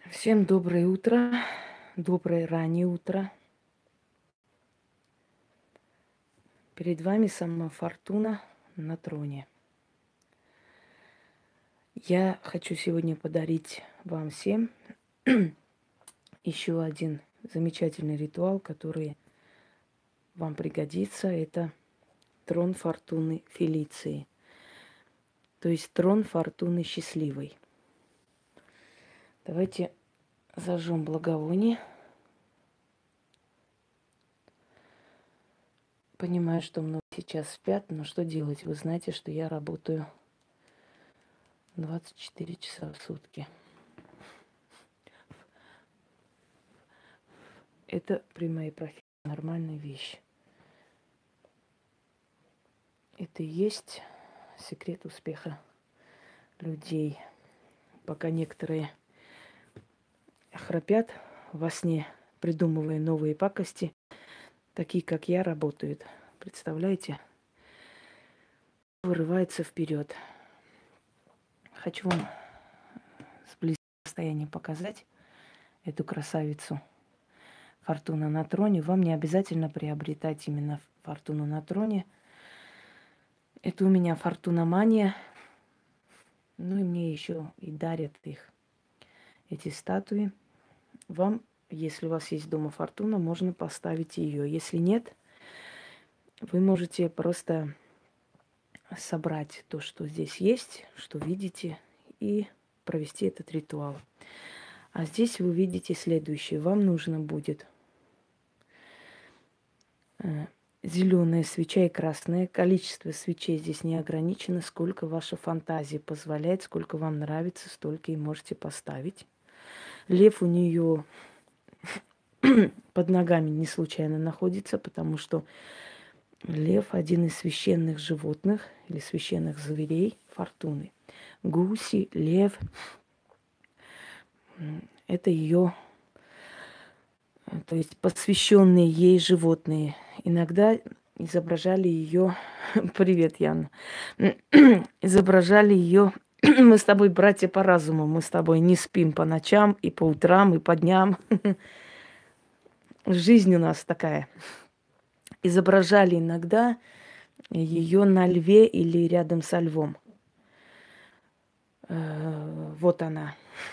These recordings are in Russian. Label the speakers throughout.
Speaker 1: Всем доброе утро, доброе раннее утро. Перед вами сама Фортуна на троне. Я хочу сегодня подарить вам всем еще один замечательный ритуал, который вам пригодится. Это трон Фортуны Фелиции, то есть трон Фортуны Счастливой. Давайте зажжем благовоние. Понимаю, что многие сейчас спят, но что делать? Вы знаете, что я работаю 24 часа в сутки. Это при моей профессии нормальная вещь. Это и есть секрет успеха людей. Пока некоторые храпят во сне, придумывая новые пакости, такие, как я, работают. Представляете? Вырывается вперед. Хочу вам с близкого расстояния показать эту красавицу. Фортуна на троне. Вам не обязательно приобретать именно фортуну на троне. Это у меня фортуна мания. Ну и мне еще и дарят их, эти статуи. Вам, если у вас есть дома фортуна, можно поставить ее. Если нет, вы можете просто собрать то, что здесь есть, что видите, и провести этот ритуал. А здесь вы видите следующее. Вам нужно будет зеленая свеча и красная. Количество свечей здесь не ограничено. Сколько ваша фантазия позволяет, сколько вам нравится, столько и можете поставить. Лев у нее под ногами не случайно находится, потому что лев – один из священных животных или священных зверей фортуны. Гуси, лев – это ее, то есть посвященные ей животные. Иногда изображали ее, привет, Яна, изображали ее, мы с тобой братья по разуму, мы с тобой не спим по ночам и по утрам, и по дням. Жизнь у нас такая. Изображали иногда ее на льве или рядом со львом. Вот она,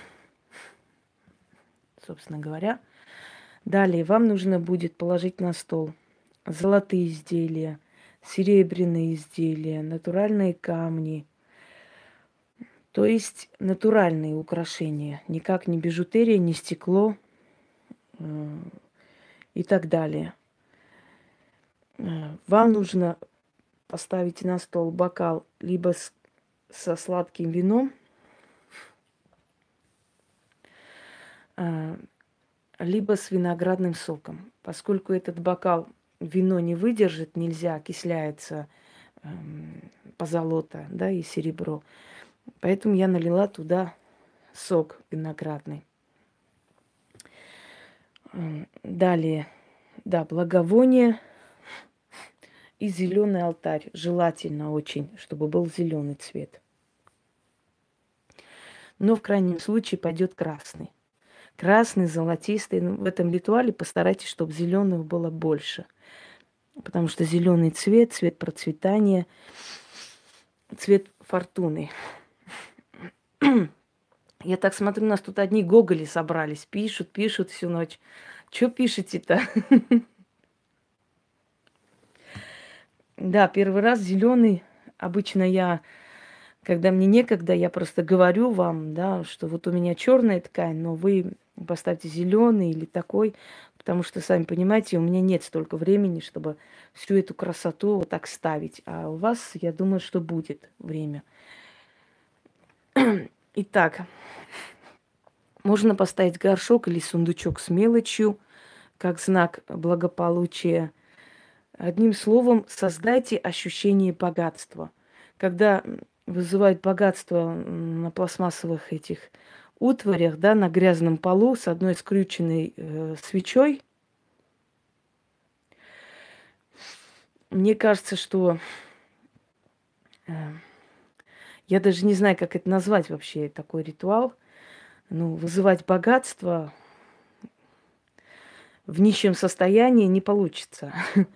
Speaker 1: собственно говоря. Далее вам нужно будет положить на стол золотые изделия, серебряные изделия, натуральные камни, то есть натуральные украшения, никак не бижутерия, не стекло и так далее. Вам нужно поставить на стол бокал либо со сладким вином, либо с виноградным соком. Поскольку этот бокал вино не выдержит, нельзя, окисляется позолота, да, и серебро. Поэтому я налила туда сок виноградный. Далее, да, благовоние и зеленый алтарь. Желательно очень, чтобы был зеленый цвет. Но в крайнем случае пойдет красный. Красный, золотистый. Ну, в этом ритуале постарайтесь, чтобы зеленого было больше. Потому что зеленый цвет, цвет процветания, цвет фортуны. Я так смотрю, у нас тут одни гоголи собрались. Пишут всю ночь. Чё пишете-то? Да, первый раз зеленый. Обычно я, когда мне некогда, я просто говорю вам, да, что вот у меня черная ткань, но вы поставьте зеленый или такой, потому что, сами понимаете, у меня нет столько времени, чтобы всю эту красоту вот так ставить. А у вас, я думаю, что будет время. Итак, можно поставить горшок или сундучок с мелочью, как знак благополучия. Одним словом, создайте ощущение богатства. Когда вызывают богатство на пластмассовых этих утварях, да, на грязном полу с одной скрюченной свечой, мне кажется, что я даже не знаю, как это назвать вообще, такой ритуал. Ну, вызывать богатство в нищем состоянии не получится.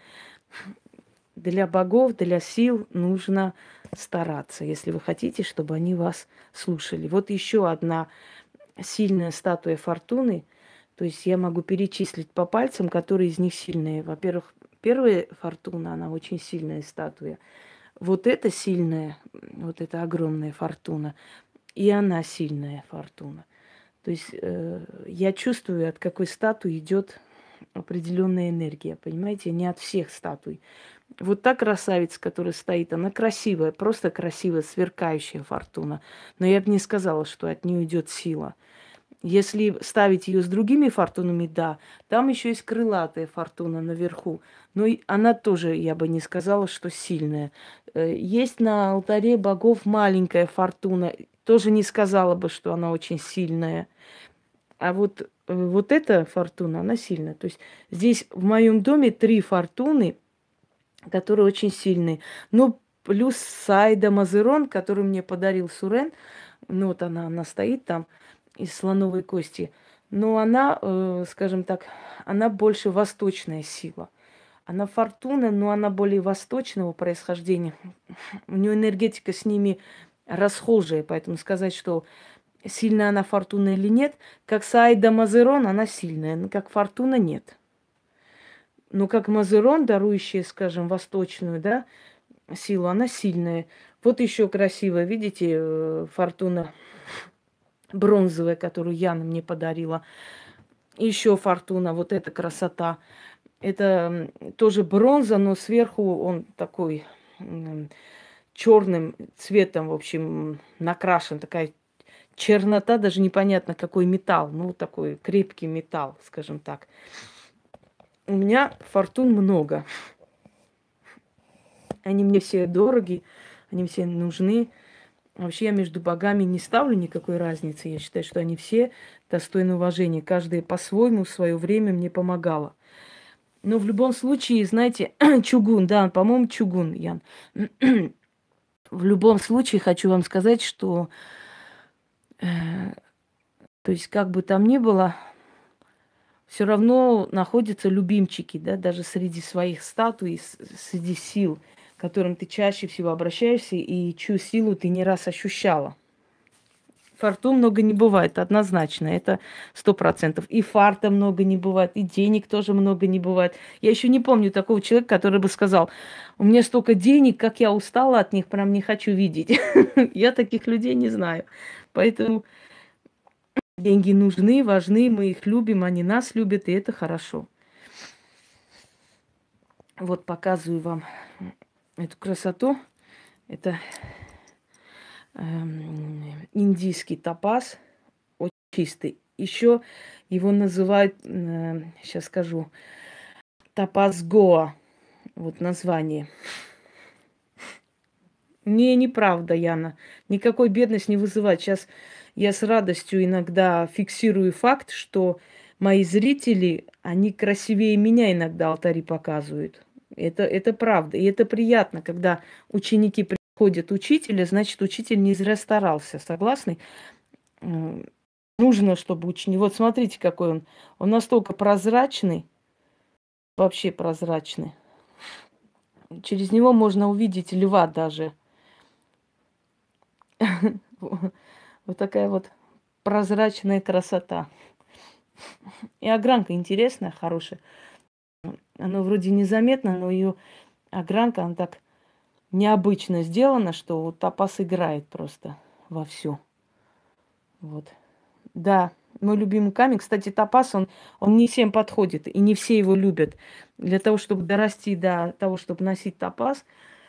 Speaker 1: Для богов, для сил нужно стараться, если вы хотите, чтобы они вас слушали. Вот еще одна сильная статуя фортуны. То есть я могу перечислить по пальцам, которые из них сильные. Во-первых, первая фортуна, она очень сильная статуя. Вот эта сильная, вот эта огромная фортуна, и она сильная фортуна. То есть я чувствую, от какой статуи идет определенная энергия, понимаете, не от всех статуй. Вот та красавица, которая стоит, она красивая, просто красивая, сверкающая фортуна. Но я бы не сказала, что от нее идет сила. Если ставить ее с другими фортунами, да, там еще есть крылатая фортуна наверху. Но она тоже, я бы не сказала, что сильная. Есть на алтаре богов маленькая фортуна. Тоже не сказала бы, что она очень сильная. А вот эта фортуна, она сильная. То есть здесь в моем доме 3 фортуны, которые очень сильные. Ну, плюс Сайда Мазерон, который мне подарил Сурен. Ну, вот она стоит там из слоновой кости. Но она, скажем так, она больше восточная сила. Она фортуна, но она более восточного происхождения. У нее энергетика с ними расхожая, поэтому сказать, что сильная она фортуна или нет, как Саида Мазерон, она сильная, но как фортуна нет. Но как Мазерон, дарующая, скажем, восточную, да, силу, она сильная. Вот еще красивая, видите, фортуна бронзовая, которую Яна мне подарила. Еще фортуна, вот эта красота. Это тоже бронза, но сверху он такой черным цветом, в общем, накрашен. Такая чернота, даже непонятно какой металл. Ну, такой крепкий металл, скажем так. У меня фортун много. Они мне все дороги, они все нужны. Вообще я между богами не ставлю никакой разницы. Я считаю, что они все достойны уважения. Каждая по-своему в свое время мне помогала. Но в любом случае, знаете, чугун, да, по-моему, чугун, Ян. В любом случае хочу вам сказать, что, то есть, как бы там ни было, все равно находятся любимчики, да, даже среди своих статуй, среди сил, к которым ты чаще всего обращаешься и чью силу ты не раз ощущала. Фортун много не бывает, однозначно, это 100%. И фарта много не бывает, и денег тоже много не бывает. Я еще не помню такого человека, который бы сказал, у меня столько денег, как я устала от них, прям не хочу видеть. Я таких людей не знаю. Поэтому деньги нужны, важны, мы их любим, они нас любят, и это хорошо. Вот показываю вам эту красоту. Это индийский топаз, очень чистый. Еще его называют, сейчас скажу, топаз Гоа. Вот название. Неправда, Яна. Никакой бедность не вызывает. Сейчас я с радостью иногда фиксирую факт, что мои зрители, они красивее меня иногда алтари показывают. Это правда. И это приятно, когда ученики приходят учителя, значит, учитель не зря старался. Согласны? Нужно, чтобы ученик... Вот смотрите, какой он. Он настолько прозрачный, вообще прозрачный. Через него можно увидеть льва даже. Вот такая вот прозрачная красота. И огранка интересная, хорошая. Она вроде незаметна, но ее огранка, она так необычно сделана, что вот топаз играет просто вовсю. Вот. Да, мой любимый камень. Кстати, топаз, он не всем подходит, и не все его любят. Для того, чтобы дорасти до того, чтобы носить топаз,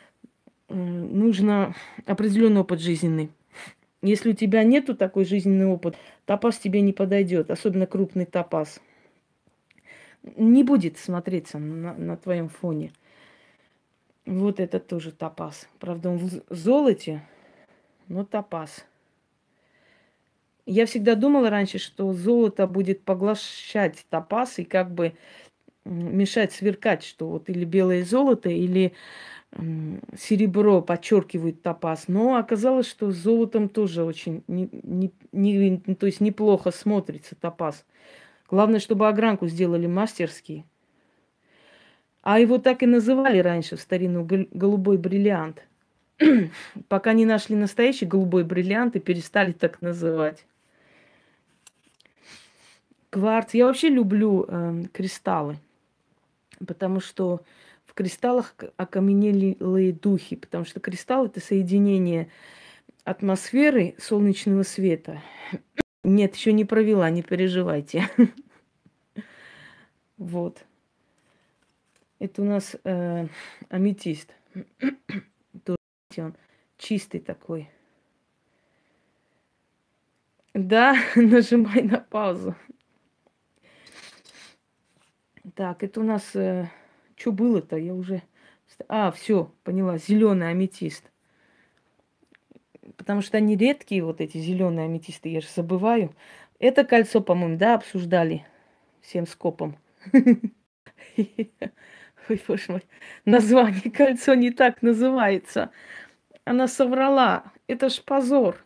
Speaker 1: нужно определенный опыт жизненный. Если у тебя нету такой жизненный опыт, топаз тебе не подойдет, особенно крупный топаз. Не будет смотреться на твоем фоне. Вот это тоже топаз. Правда, он в золоте, но топаз. Я всегда думала раньше, что золото будет поглощать топаз и как бы мешать сверкать, что вот или белое золото, или серебро подчеркивает топаз. Но оказалось, что с золотом тоже очень то есть неплохо смотрится топаз. Главное, чтобы огранку сделали мастерски. А его так и называли раньше в старину голубой бриллиант. Пока не нашли настоящий голубой бриллиант и перестали так называть. Кварц. Я вообще люблю кристаллы, потому что в кристаллах окаменелые духи, потому что кристалл это соединение атмосферы солнечного света. Нет, еще не провела, не переживайте. Вот. Это у нас аметист. Тоже он чистый такой. Да, нажимай на паузу. Так, это у нас что было-то? Я уже. Все, поняла. Зеленый аметист. Потому что они редкие, вот эти зеленые аметисты, я же забываю. Это кольцо, по-моему, да, обсуждали всем скопом. Ой, боже мой. Название кольцо не так называется. Она соврала. Это ж позор.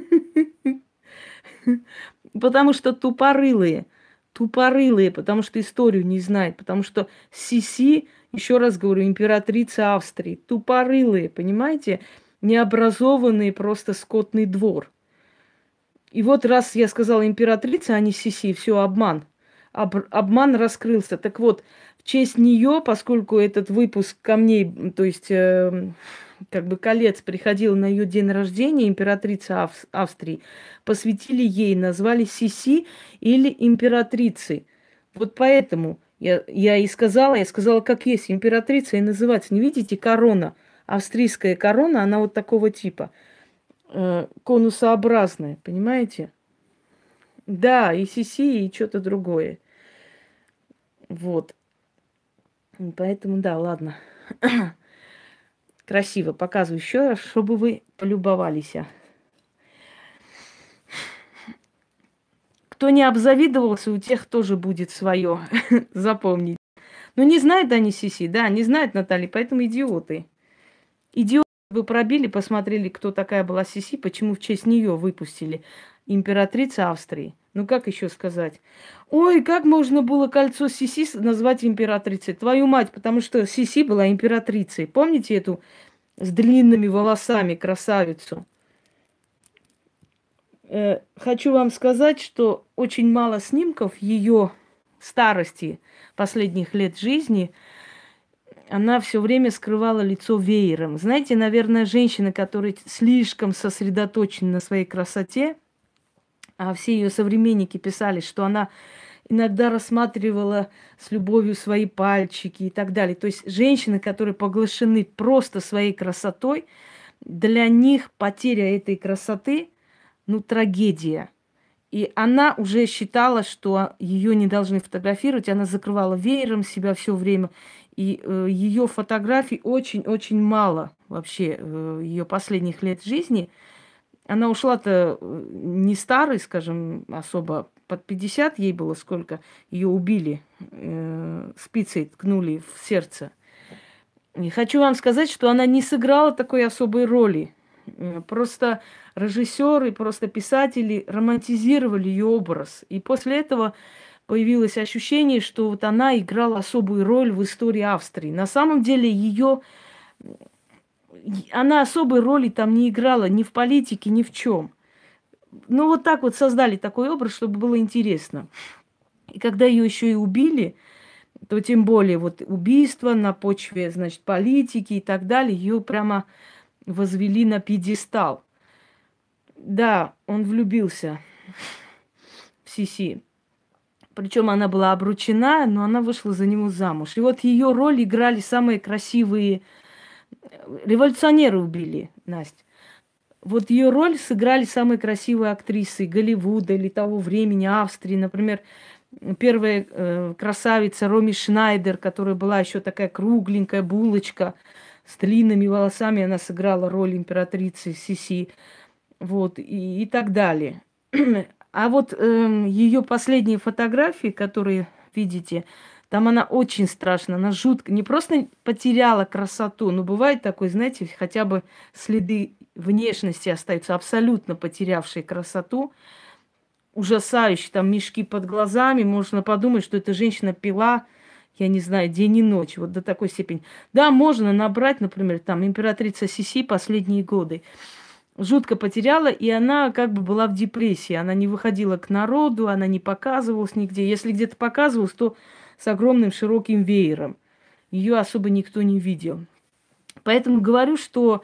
Speaker 1: Потому что тупорылые. Тупорылые, потому что историю не знает. Потому что Сиси, еще раз говорю, императрица Австрии. Тупорылые, понимаете? Необразованный просто скотный двор. И вот раз я сказала императрица, а не Сиси, все, обман. Обман раскрылся. Так вот, в честь нее, поскольку этот выпуск камней, то есть как бы колец приходил на ее день рождения, императрица Австрии, посвятили ей, назвали Сиси или императрицей. Вот поэтому я и сказала, как есть, императрица и называется. Не видите, корона, австрийская корона, она вот такого типа, конусообразная, понимаете? Да, и Сиси, и что-то другое. Вот. Поэтому, да, ладно. Красиво. Показываю еще раз, чтобы вы полюбовались. Кто не обзавидовался, у тех тоже будет свое. Запомнить. Но не знают они Сиси, да, не знают Натальи, поэтому идиоты. Идиоты вы пробили, посмотрели, кто такая была Сиси, почему в честь нее выпустили императрица Австрии. Ну, как еще сказать? Ой, как можно было кольцо Сиси назвать императрицей? Твою мать, потому что Сиси была императрицей. Помните эту с длинными волосами красавицу? Хочу вам сказать, что очень мало снимков ее старости, последних лет жизни. Она все время скрывала лицо веером. Знаете, наверное, женщина, которая слишком сосредоточена на своей красоте, а все ее современники писали, что она иногда рассматривала с любовью свои пальчики и так далее. То есть женщины, которые поглощены просто своей красотой, для них потеря этой красоты, ну, трагедия. И она уже считала, что ее не должны фотографировать. Она закрывала веером себя все время. И ее фотографий очень-очень мало вообще ее последних лет жизни. Она ушла-то не старой, скажем, особо, под 50 ей было сколько. Ее убили, спицей ткнули в сердце. И хочу вам сказать, что она не сыграла такой особой роли. Просто режиссеры, просто писатели романтизировали ее образ. И после этого появилось ощущение, что вот она играла особую роль в истории Австрии. На самом деле она особой роли там не играла ни в политике, ни в чем. Ну вот так вот создали такой образ, чтобы было интересно. И когда ее еще и убили, то тем более вот убийство на почве, значит, политики и так далее, ее прямо возвели на пьедестал. Да, он влюбился в Сиси. Причем она была обручена, но она вышла за него замуж. И вот ее роль играли самые красивые революционеры убили, Настя. Вот ее роль сыграли самые красивые актрисы Голливуда или того времени, Австрии. Например, первая красавица Роми Шнайдер, которая была еще такая кругленькая булочка с длинными волосами, она сыграла роль императрицы Сиси. Вот, и так далее. А вот ее последние фотографии, которые видите, Там она очень страшная, она жутко. Не просто потеряла красоту, но бывает такое, знаете, хотя бы следы внешности остаются, абсолютно потерявшие красоту. Ужасающие, там мешки под глазами. Можно подумать, что эта женщина пила, я не знаю, день и ночь, вот до такой степени. Да, можно набрать, например, там императрица Сиси последние годы. Жутко потеряла, и она как бы была в депрессии. Она не выходила к народу, она не показывалась нигде. Если где-то показывалась, то с огромным широким веером. Ее особо никто не видел. Поэтому говорю,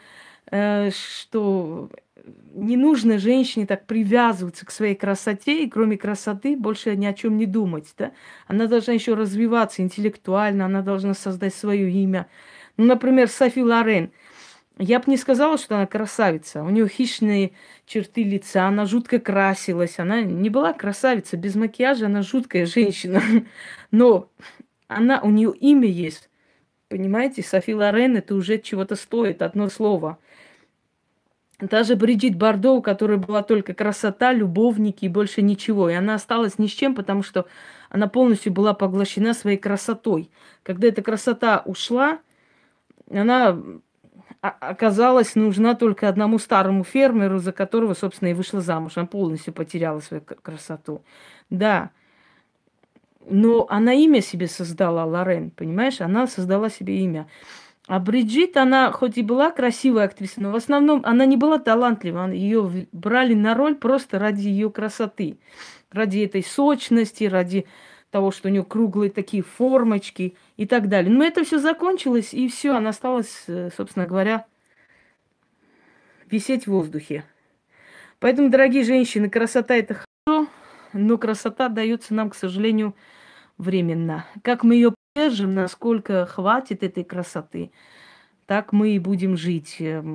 Speaker 1: что не нужно женщине так привязываться к своей красоте, и кроме красоты больше ни о чем не думать. Да? Она должна еще развиваться интеллектуально, она должна создать свое имя. Ну, например, Софи Лорен. Я бы не сказала, что она красавица. У нее хищные черты лица, она жутко красилась. Она не была красавица, без макияжа она жуткая женщина. Но у нее имя есть. Понимаете, Софи Лорен это уже чего-то стоит, одно слово. Даже Бриджит Бардо, у которой была только красота, любовники и больше ничего. И она осталась ни с чем, потому что она полностью была поглощена своей красотой. Когда эта красота ушла, она оказалась нужна только одному старому фермеру, за которого, собственно, и вышла замуж. Она полностью потеряла свою красоту. Да, но она имя себе создала, Лорен, понимаешь? Она создала себе имя. А Бриджит, она хоть и была красивой актрисой, но в основном она не была талантливой. Ее брали на роль просто ради ее красоты. Ради этой сочности, ради того, что у нее круглые такие формочки и так далее. Но это все закончилось, и все, она осталась, собственно говоря, висеть в воздухе. Поэтому, дорогие женщины, красота это хорошо, но красота дается нам, к сожалению, временно. Как мы ее поддержим, насколько хватит этой красоты, так мы и будем жить.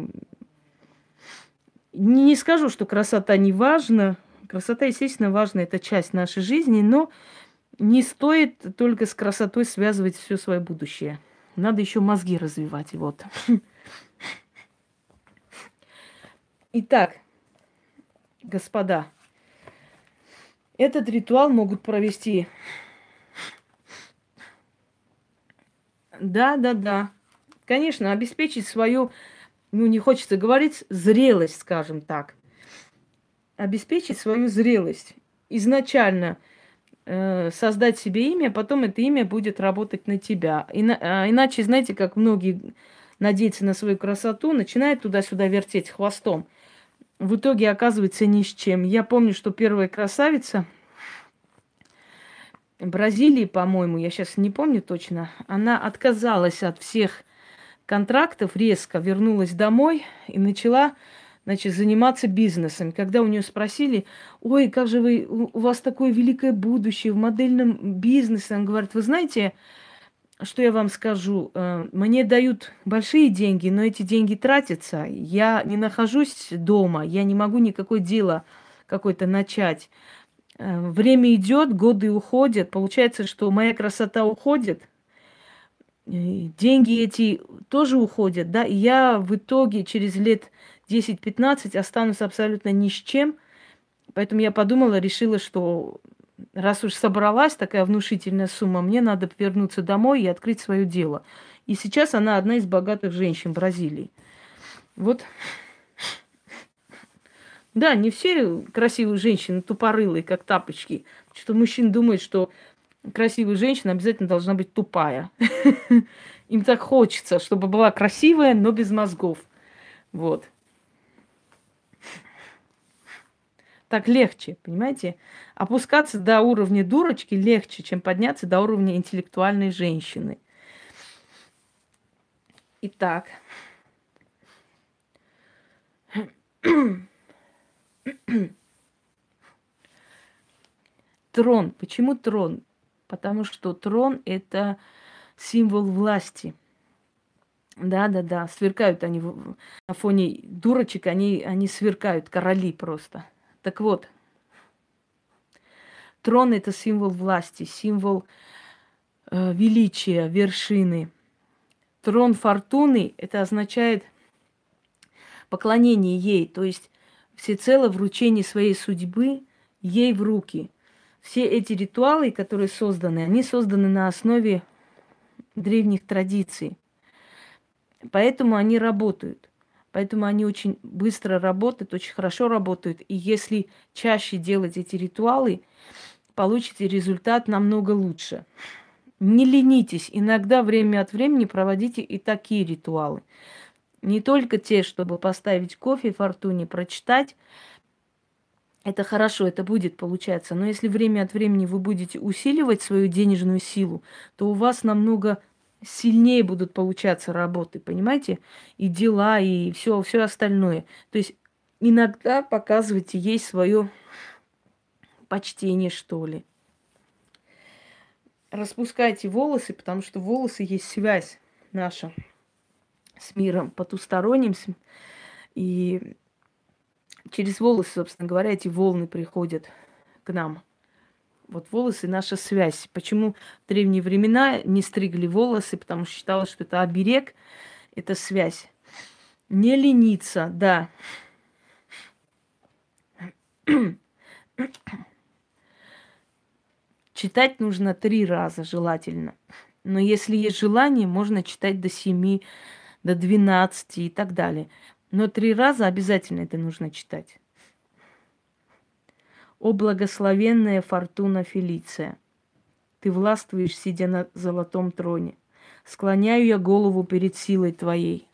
Speaker 1: Не скажу, что красота не важна. Красота, естественно, важна, это часть нашей жизни, но не стоит только с красотой связывать все свое будущее. Надо еще мозги развивать. Вот. Итак, господа, этот ритуал могут провести. Да. Конечно, обеспечить свою, не хочется говорить, зрелость, скажем так. Обеспечить свою зрелость. Изначально создать себе имя, потом это имя будет работать на тебя. Иначе, знаете, как многие надеются на свою красоту, начинают туда-сюда вертеть хвостом. В итоге оказывается ни с чем. Я помню, что первая красавица Бразилии, по-моему, я сейчас не помню точно, она отказалась от всех контрактов, резко вернулась домой и начала, значит, заниматься бизнесом. Когда у нее спросили, ой, как же у вас такое великое будущее в модельном бизнесе, она говорит, вы знаете, что я вам скажу, мне дают большие деньги, но эти деньги тратятся, я не нахожусь дома, я не могу никакое дело какое-то начать. Время идет, годы уходят, получается, что моя красота уходит, деньги эти тоже уходят, да, и я в итоге через лет 10-15 останусь абсолютно ни с чем. Поэтому я подумала, решила, что раз уж собралась такая внушительная сумма, мне надо вернуться домой и открыть свое дело. И сейчас она одна из богатых женщин Бразилии. Вот. Да, не все красивые женщины тупорылые, как тапочки. Что мужчина думает, что красивая женщина обязательно должна быть тупая. Им так хочется, чтобы была красивая, но без мозгов. Вот. Так легче, понимаете? Опускаться до уровня дурочки легче, чем подняться до уровня интеллектуальной женщины. Итак. Трон. Почему трон? Потому что трон – это символ власти. Да. Сверкают они на фоне дурочек, они сверкают, короли просто. Так вот, трон – это символ власти, символ величия, вершины. Трон фортуны – это означает поклонение ей, то есть всецело вручение своей судьбы ей в руки. все эти ритуалы, которые созданы, они созданы на основе древних традиций. Поэтому они работают. Поэтому они очень быстро работают, очень хорошо работают. И если чаще делать эти ритуалы, получите результат намного лучше. Не ленитесь. Иногда время от времени проводите и такие ритуалы. Не только те, чтобы поставить кофе фортуне, прочитать. Это хорошо, это будет получаться. Но если время от времени вы будете усиливать свою денежную силу, то у вас намного сильнее будут получаться работы, понимаете? И дела, и все остальное. То есть иногда показывайте ей свое почтение, что ли. Распускайте волосы, потому что волосы есть связь наша с миром потусторонним. И через волосы, собственно говоря, эти волны приходят к нам. Вот волосы – наша связь. Почему в древние времена не стригли волосы? Потому что считалось, что это оберег, это связь. Не лениться, да. Читать нужно 3 раза желательно. Но если есть желание, можно читать до 7, до 12 и так далее. Но 3 раза обязательно это нужно читать. О благословенная Фортуна Фелиция, ты властвуешь, сидя на золотом троне. Склоняю я голову перед силой твоей.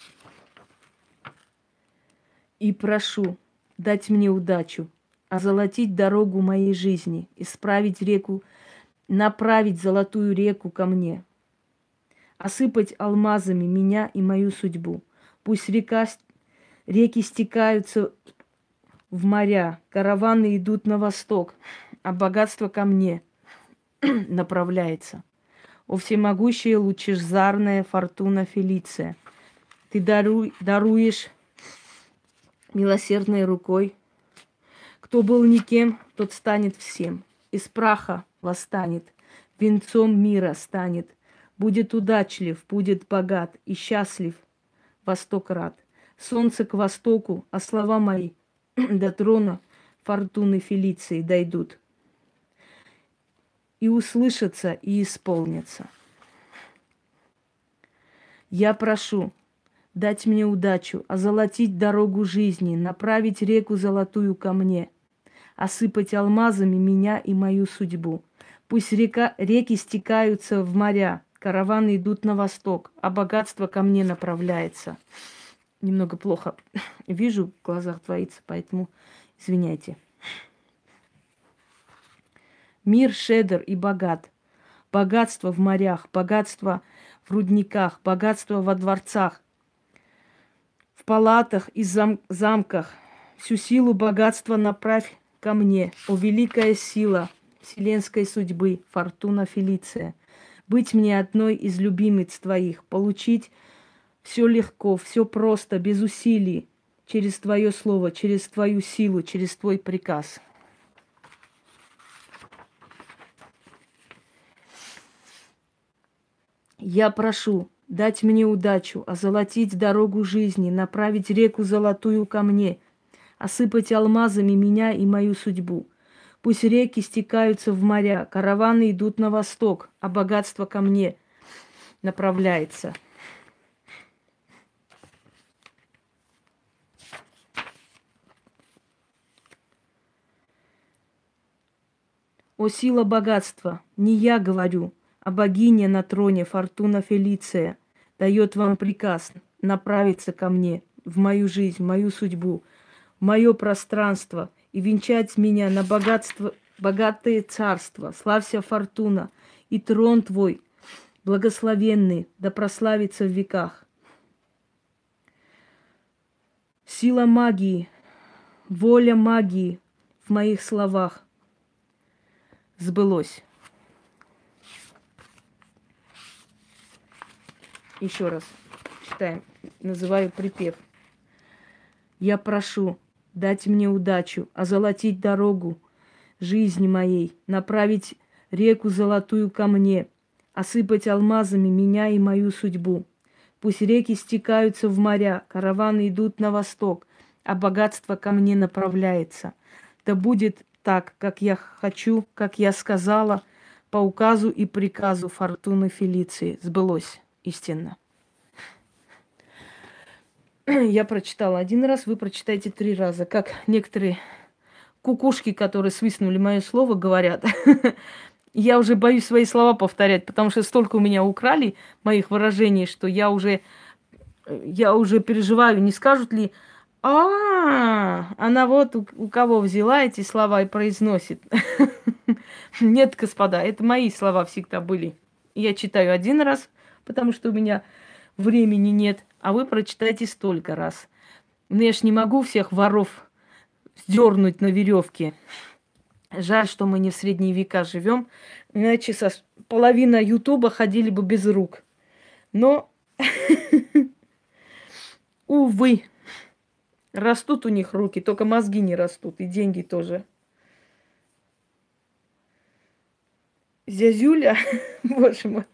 Speaker 1: И прошу дать мне удачу, озолотить дорогу моей жизни, исправить реку, направить золотую реку ко мне, осыпать алмазами меня и мою судьбу. Пусть реки стекаются в моря, караваны идут на восток, а богатство ко мне направляется. О всемогущая лучезарная Фортуна Фелиция, ты даруешь милосердной рукой. Кто был никем, тот станет всем. Из праха восстанет, венцом мира станет. Будет удачлив, будет богат и счастлив во 100 крат. Солнце к востоку, а слова мои до трона Фортуны Фелиции дойдут. И услышатся, и исполнятся. Я прошу дать мне удачу, озолотить дорогу жизни, направить реку золотую ко мне, осыпать алмазами меня и мою судьбу. Пусть реки стекаются в моря, караваны идут на восток, а богатство ко мне направляется. Немного плохо вижу, в глазах двоится, поэтому извиняйте. Мир щедр и богат. Богатство в морях, богатство в рудниках, богатство во дворцах, в палатах и замках. Всю силу богатства направь ко мне, о великая сила вселенской судьбы, Фортуна Фелиция. Быть мне одной из любимиц твоих, получить все легко, все просто, без усилий, через твое слово, через твою силу, через твой приказ. Я прошу дать мне удачу, озолотить дорогу жизни, направить реку золотую ко мне, осыпать алмазами меня и мою судьбу. Пусть реки стекаются в моря, караваны идут на восток, а богатство ко мне направляется. О сила богатства, не я говорю, а богиня на троне Фортуна Фелиция дает вам приказ направиться ко мне, в мою жизнь, в мою судьбу, в мое пространство и венчать меня на богатство, богатое царство. Славься, Фортуна, и трон твой, благословенный, да прославится в веках. Сила магии, воля магии в моих словах сбылось. Еще раз читаем, называю припев. Я прошу дать мне удачу, озолотить дорогу жизни моей, направить реку золотую ко мне, осыпать алмазами меня и мою судьбу. Пусть реки стекаются в моря, караваны идут на восток, а богатство ко мне направляется. Да будет так, как я хочу, как я сказала, по указу и приказу Фортуны Фелиции. Сбылось истинно. Я прочитала один раз, вы прочитаете 3 раза. Как некоторые кукушки, которые свистнули мое слово, говорят. Я уже боюсь свои слова повторять, потому что столько у меня украли моих выражений, что я уже переживаю, не скажут ли, она вот у кого взяла эти слова и произносит. Нет, господа, это мои слова всегда были. Я читаю один раз, потому что у меня времени нет, а вы прочитайте столько раз. Но я ж не могу всех воров сдернуть на веревке. Жаль, что мы не в средние века живем, иначе половина Ютуба ходили бы без рук. Но, увы, растут у них руки, только мозги не растут, и деньги тоже. Зязюля, боже мой.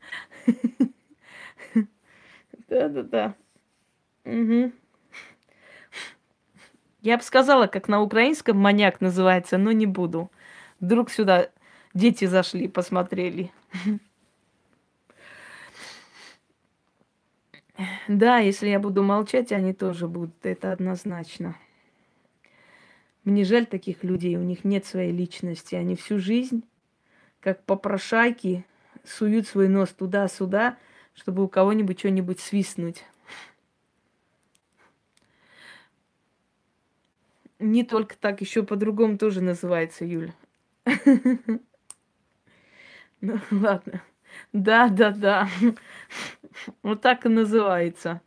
Speaker 1: Да-да-да. Угу. Я бы сказала, как на украинском маньяк называется, но не буду. Вдруг сюда дети зашли, посмотрели. Да, если я буду молчать, они тоже будут. Это однозначно. Мне жаль таких людей, у них нет своей личности. Они всю жизнь, как попрошайки, суют свой нос туда-сюда, чтобы у кого-нибудь что-нибудь свистнуть. Не только так, еще по-другому тоже называется, Юля. Ну, ладно. Да. Вот так и называется.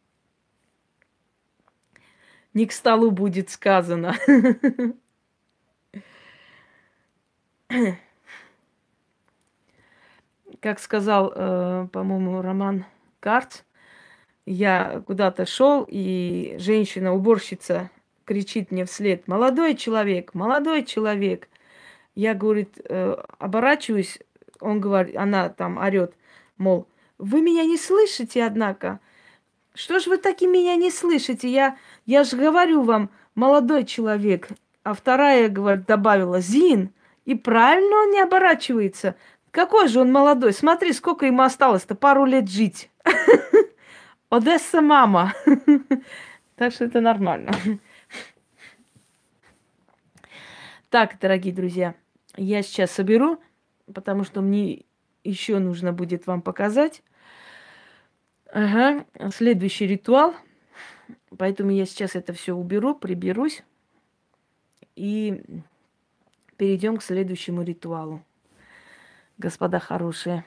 Speaker 1: Не к столу будет сказано. Как сказал, по-моему, Роман Карц, я куда-то шел, и женщина-уборщица кричит мне вслед: молодой человек, молодой человек. Я, говорит, оборачиваюсь, он говорит, она там орет, мол, вы меня не слышите, однако. Что ж вы таки меня не слышите? Я же говорю вам, молодой человек. А вторая, говорит, добавила: Зин, и правильно он не оборачивается. Какой же он молодой? Смотри, сколько ему осталось-то, пару лет жить. Одесса мама. Так что это нормально. Так, дорогие друзья, я сейчас соберу, потому что мне еще нужно будет вам показать. Ага, следующий ритуал. Поэтому я сейчас это все уберу, приберусь. И перейдем к следующему ритуалу. Господа хорошие.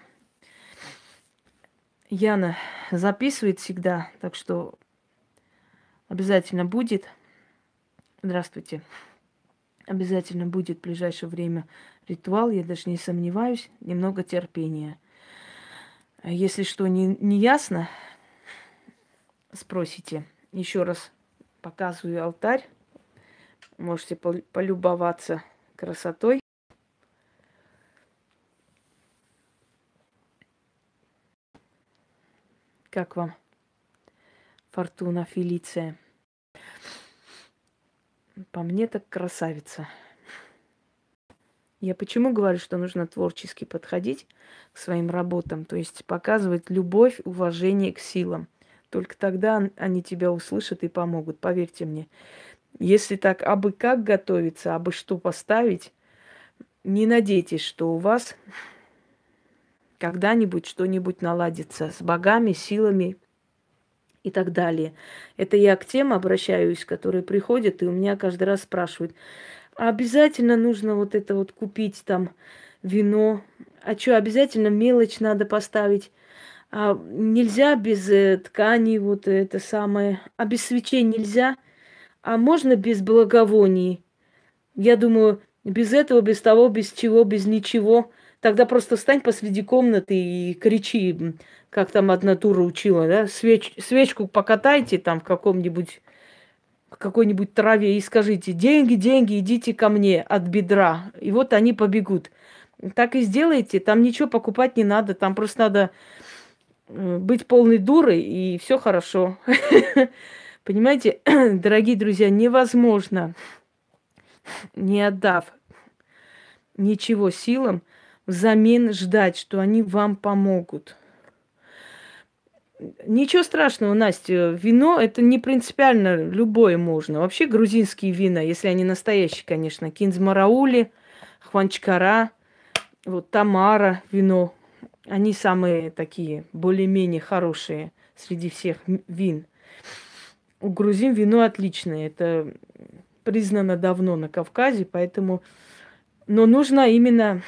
Speaker 1: Яна записывает всегда, так что обязательно будет. Здравствуйте. Обязательно будет в ближайшее время ритуал, я даже не сомневаюсь. Немного терпения. Если что не ясно, спросите. Еще раз показываю алтарь. Можете полюбоваться красотой. Как вам Фортуна Фелиция? По мне так красавица. Я почему говорю, что нужно творчески подходить к своим работам, то есть показывать любовь, уважение к силам. Только тогда они тебя услышат и помогут, поверьте мне. Если так абы как готовиться, абы что поставить, не надейтесь, что у вас когда-нибудь что-нибудь наладится с богами, силами и так далее. Это я к тем обращаюсь, которые приходят и у меня каждый раз спрашивают: а обязательно нужно вот это вот купить там вино? А что, обязательно мелочь надо поставить? А нельзя без ткани вот это самое? А без свечей нельзя? А можно без благовоний? Я думаю, без этого, без того, без чего, без ничего. Тогда просто встань посреди комнаты и кричи, как там одна дура учила, да? Свечку покатайте там в какой-нибудь траве и скажите: деньги, деньги, идите ко мне от бедра. И вот они побегут. Так и сделайте, там ничего покупать не надо, там просто надо быть полной дурой, и все хорошо. Понимаете, дорогие друзья, невозможно не отдав ничего силам, взамен ждать, что они вам помогут. Ничего страшного, Настя. Вино это не принципиально, любое можно. Вообще грузинские вина, если они настоящие, конечно, кинзмараули, хванчкара, вот тамара вино, они самые такие более-менее хорошие среди всех вин. У грузин вино отличное, это признано давно на Кавказе, поэтому... Но нужно именно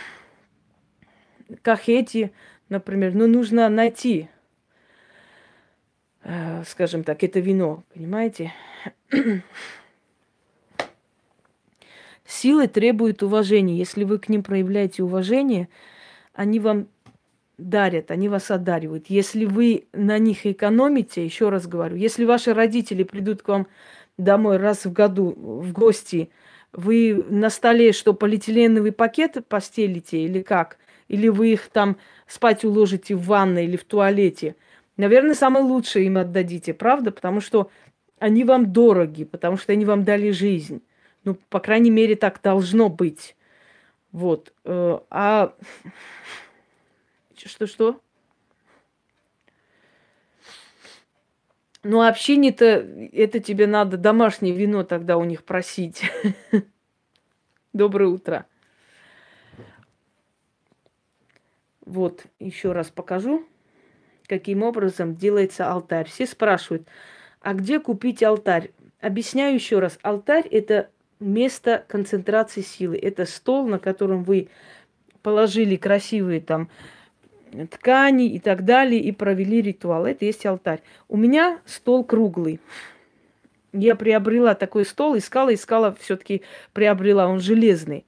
Speaker 1: кахети, например, нужно найти, скажем так, это вино, понимаете? Силы требуют уважения. Если вы к ним проявляете уважение, они вам дарят, они вас одаривают. Если вы на них экономите, еще раз говорю, если ваши родители придут к вам домой раз в году в гости, вы на столе что, полиэтиленовый пакет постелите или как? Или вы их там спать уложите в ванной или в туалете? Наверное, самое лучшее им отдадите, правда? Потому что они вам дороги, потому что они вам дали жизнь. Ну, по крайней мере, так должно быть. Вот. Что? Ну, общение-то, это тебе надо домашнее вино тогда у них просить. Доброе утро. Вот, еще раз покажу, каким образом делается алтарь. Все спрашивают, а где купить алтарь? Объясняю еще раз. Алтарь – это место концентрации силы. Это стол, на котором вы положили красивые там ткани и так далее, и провели ритуал. Это есть алтарь. У меня стол круглый. Я приобрела такой стол, искала, все-таки приобрела, он железный.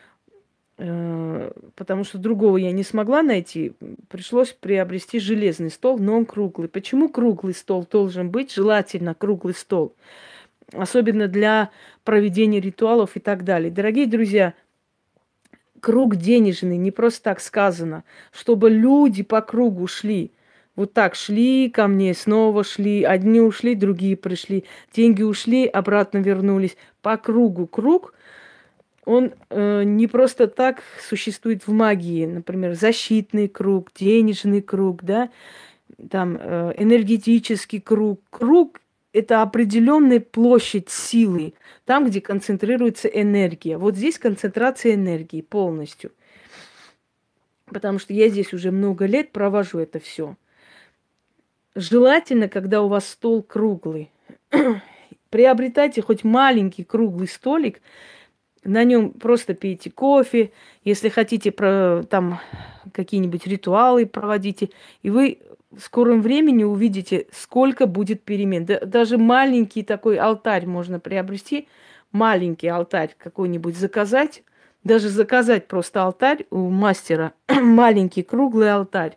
Speaker 1: Потому что другого я не смогла найти. Пришлось приобрести железный стол, но он круглый. Почему круглый стол должен быть? Желательно круглый стол. Особенно для проведения ритуалов и так далее. Дорогие друзья, круг денежный, не просто так сказано, чтобы люди по кругу шли. Вот так шли ко мне, снова шли. Одни ушли, другие пришли. Деньги ушли, обратно вернулись. По кругу круг, он не просто так существует в магии. Например, защитный круг, денежный круг, да, там энергетический круг. Круг – это определенная площадь силы, там, где концентрируется энергия. Вот здесь концентрация энергии полностью. Потому что я здесь уже много лет провожу это все. Желательно, когда у вас стол круглый, приобретайте хоть маленький круглый столик, на нем просто пейте кофе, если хотите там какие-нибудь ритуалы проводите, и вы в скором времени увидите, сколько будет перемен. Даже маленький такой алтарь можно приобрести, маленький алтарь какой-нибудь заказать, даже заказать просто алтарь у мастера, маленький круглый алтарь.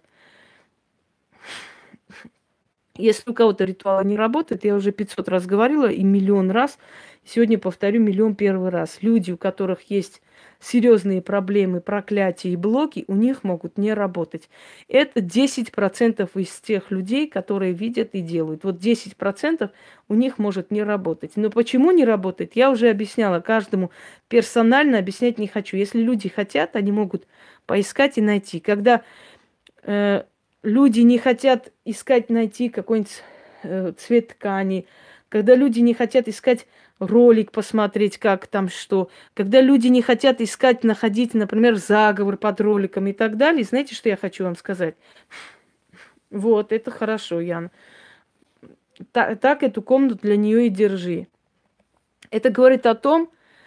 Speaker 1: Если у кого-то ритуал не работает, я уже 500 раз говорила и миллион раз, сегодня повторю миллион первый раз. Люди, у которых есть серьезные проблемы, проклятия и блоки, у них могут не работать. Это 10% из тех людей, которые видят и делают. Вот 10% у них может не работать. Но почему не работает, я уже объясняла. Каждому персонально объяснять не хочу. Если люди хотят, они могут поискать и найти. Когда люди не хотят искать, найти какой-нибудь цвет ткани, когда люди не хотят искать ролик, посмотреть, как там что, когда люди не хотят искать, находить, например, заговор под роликом и так далее, знаете, что я хочу вам сказать? Вот, это хорошо, Ян. Так эту комнату для нее и держи. Это говорит о том,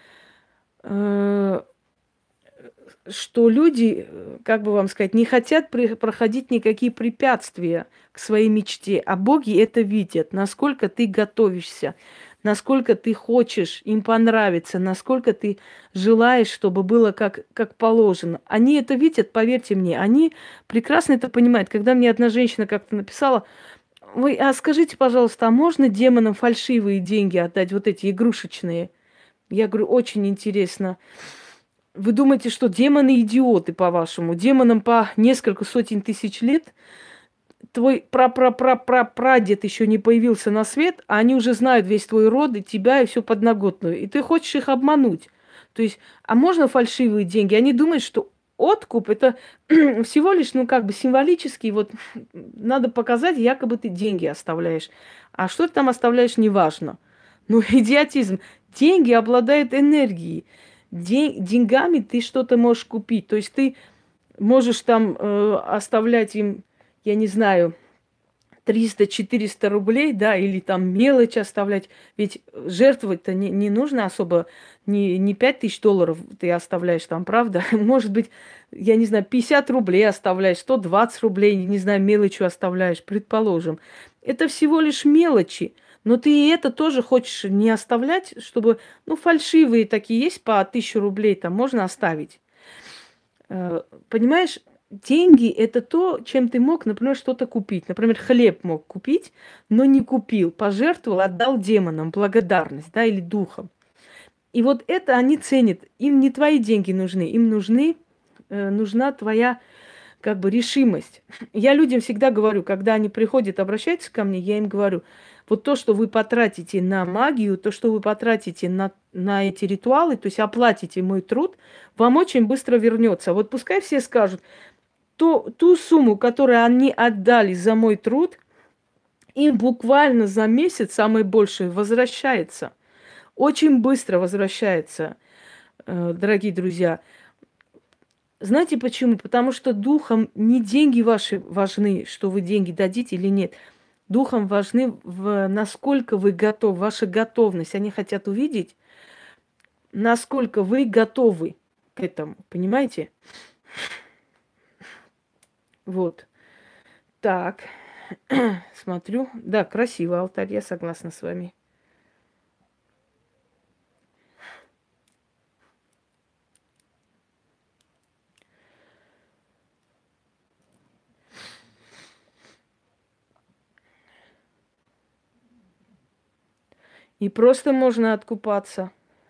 Speaker 1: что люди, как бы вам сказать, не хотят проходить никакие препятствия к своей мечте, а боги это видят, насколько ты готовишься, насколько ты хочешь им понравиться, насколько ты желаешь, чтобы было как положено. Они это видят, поверьте мне, они прекрасно это понимают. Когда мне одна женщина как-то написала: а скажите, пожалуйста, а можно демонам фальшивые деньги отдать, вот эти игрушечные? Я говорю, очень интересно. Вы думаете, что демоны идиоты, по-вашему? Демонам по несколько сотен тысяч лет твой прадед еще не появился на свет, а они уже знают весь твой род и тебя, и всю подноготную. И ты хочешь их обмануть. То есть, а можно фальшивые деньги? Они думают, что откуп это всего лишь, ну, как бы символический, вот надо показать, якобы ты деньги оставляешь. А что ты там оставляешь, неважно. Ну, идиотизм. Деньги обладают энергией. Деньгами ты что-то можешь купить. То есть ты можешь там оставлять им, я не знаю, 300-400 рублей, да, или там мелочь оставлять. Ведь жертвовать-то не нужно особо, не 5000 долларов ты оставляешь там, правда? Может быть, я не знаю, 50 рублей оставляешь, 120 рублей, не знаю, мелочью оставляешь, предположим. Это всего лишь мелочи. Но ты и это тоже хочешь не оставлять, чтобы, ну, фальшивые такие есть по 1000 рублей, там можно оставить. Понимаешь, деньги это то, чем ты мог, например, что-то купить. Например, хлеб мог купить, но не купил, пожертвовал, отдал демонам, благодарность, да, или духам. И вот это они ценят. Им не твои деньги нужны, им нужна твоя как бы решимость. Я людям всегда говорю, когда они приходят, обращаются ко мне, я им говорю, вот то, что вы потратите на магию, то, что вы потратите на эти ритуалы, то есть оплатите мой труд, вам очень быстро вернется. Вот пускай все скажут, ту сумму, которую они отдали за мой труд, им буквально за месяц, самое большее, возвращается. Очень быстро возвращается, дорогие друзья. Знаете почему? Потому что духом не деньги ваши важны, что вы деньги дадите или нет. Духом важны, насколько вы готовы, ваша готовность. Они хотят увидеть, насколько вы готовы к этому. Понимаете? Вот. Так. Смотрю. Да, красивый алтарь, я согласна с вами. И просто можно откупаться.